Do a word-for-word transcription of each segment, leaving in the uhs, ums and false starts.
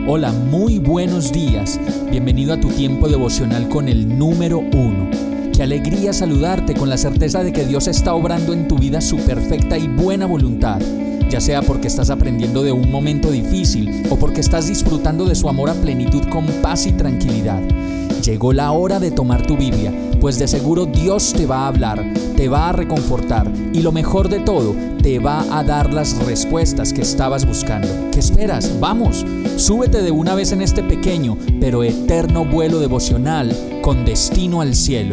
Hola, muy buenos días. Bienvenido a tu tiempo devocional con el número uno. Qué alegría saludarte con la certeza de que Dios está obrando en tu vida su perfecta y buena voluntad, ya sea porque estás aprendiendo de un momento difícil o porque estás disfrutando de su amor a plenitud con paz y tranquilidad. Llegó la hora de tomar tu Biblia, pues de seguro Dios te va a hablar, te va a reconfortar y lo mejor de todo, te va a dar las respuestas que estabas buscando. ¿Qué esperas? ¡Vamos! Súbete de una vez en este pequeño pero eterno vuelo devocional con destino al cielo.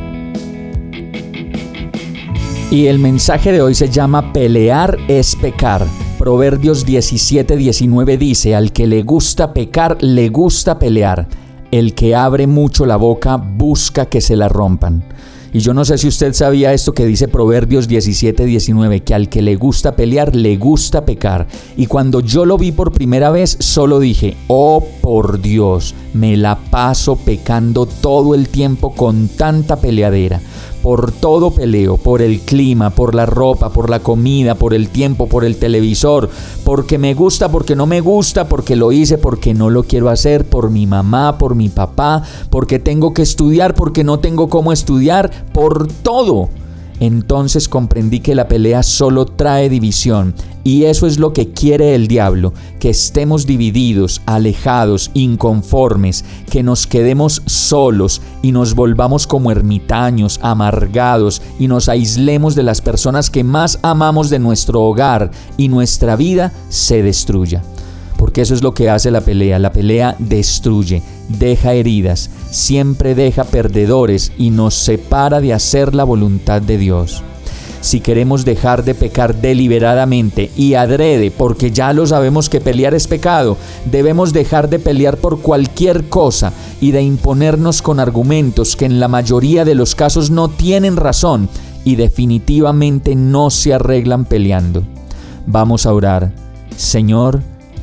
Y el mensaje de hoy se llama Pelear es pecar. Proverbios diecisiete diecinueve dice: al que le gusta pecar, le gusta pelear. El que abre mucho la boca busca que se la rompan. Y yo no sé si usted sabía esto que dice Proverbios diecisiete diecinueve, que al que le gusta pelear, le gusta pecar. Y cuando yo lo vi por primera vez, solo dije: oh, por Dios, me la paso pecando todo el tiempo con tanta peleadera. Por todo peleo, por el clima, por la ropa, por la comida, por el tiempo, por el televisor, porque me gusta, porque no me gusta, porque lo hice, porque no lo quiero hacer, por mi mamá, por mi papá, porque tengo que estudiar, porque no tengo cómo estudiar, por todo. Entonces comprendí que la pelea solo trae división, y eso es lo que quiere el diablo, que estemos divididos, alejados, inconformes, que nos quedemos solos y nos volvamos como ermitaños, amargados y nos aislemos de las personas que más amamos de nuestro hogar y nuestra vida se destruya. Porque eso es lo que hace la pelea. La pelea destruye, deja heridas, siempre deja perdedores y nos separa de hacer la voluntad de Dios. Si queremos dejar de pecar deliberadamente y adrede, porque ya lo sabemos que pelear es pecado, debemos dejar de pelear por cualquier cosa y de imponernos con argumentos que en la mayoría de los casos no tienen razón y definitivamente no se arreglan peleando. Vamos a orar. Señor,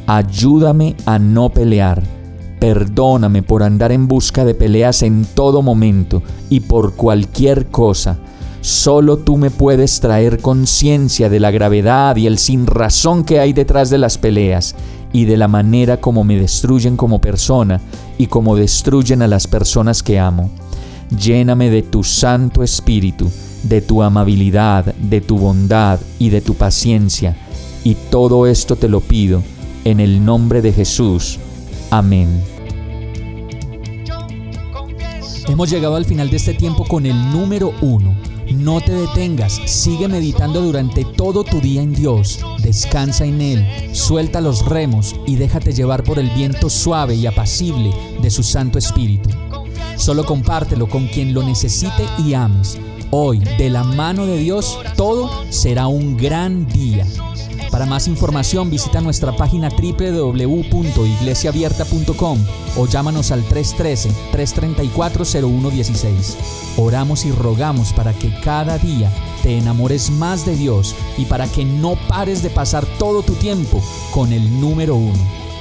ayúdame a no pelear. Perdóname por andar en busca de peleas en todo momento y por cualquier cosa. Solo tú me puedes traer conciencia de la gravedad y el sinrazón que hay detrás de las peleas y de la manera como me destruyen como persona y como destruyen a las personas que amo. Lléname de tu Santo Espíritu, de tu amabilidad, de tu bondad y de tu paciencia. Y todo esto te lo pido en el nombre de Jesús. Amén. Hemos llegado al final de este tiempo con el número uno. No te detengas, sigue meditando durante todo tu día en Dios. Descansa en Él, suelta los remos y déjate llevar por el viento suave y apacible de su Santo Espíritu. Solo compártelo con quien lo necesite y ames. Hoy, de la mano de Dios, todo será un gran día. Para más información visita nuestra página doble u doble u doble u punto iglesia abierta punto com o llámanos al tres uno tres, tres tres cuatro, cero uno uno seis. Oramos y rogamos para que cada día te enamores más de Dios y para que no pares de pasar todo tu tiempo con el número uno.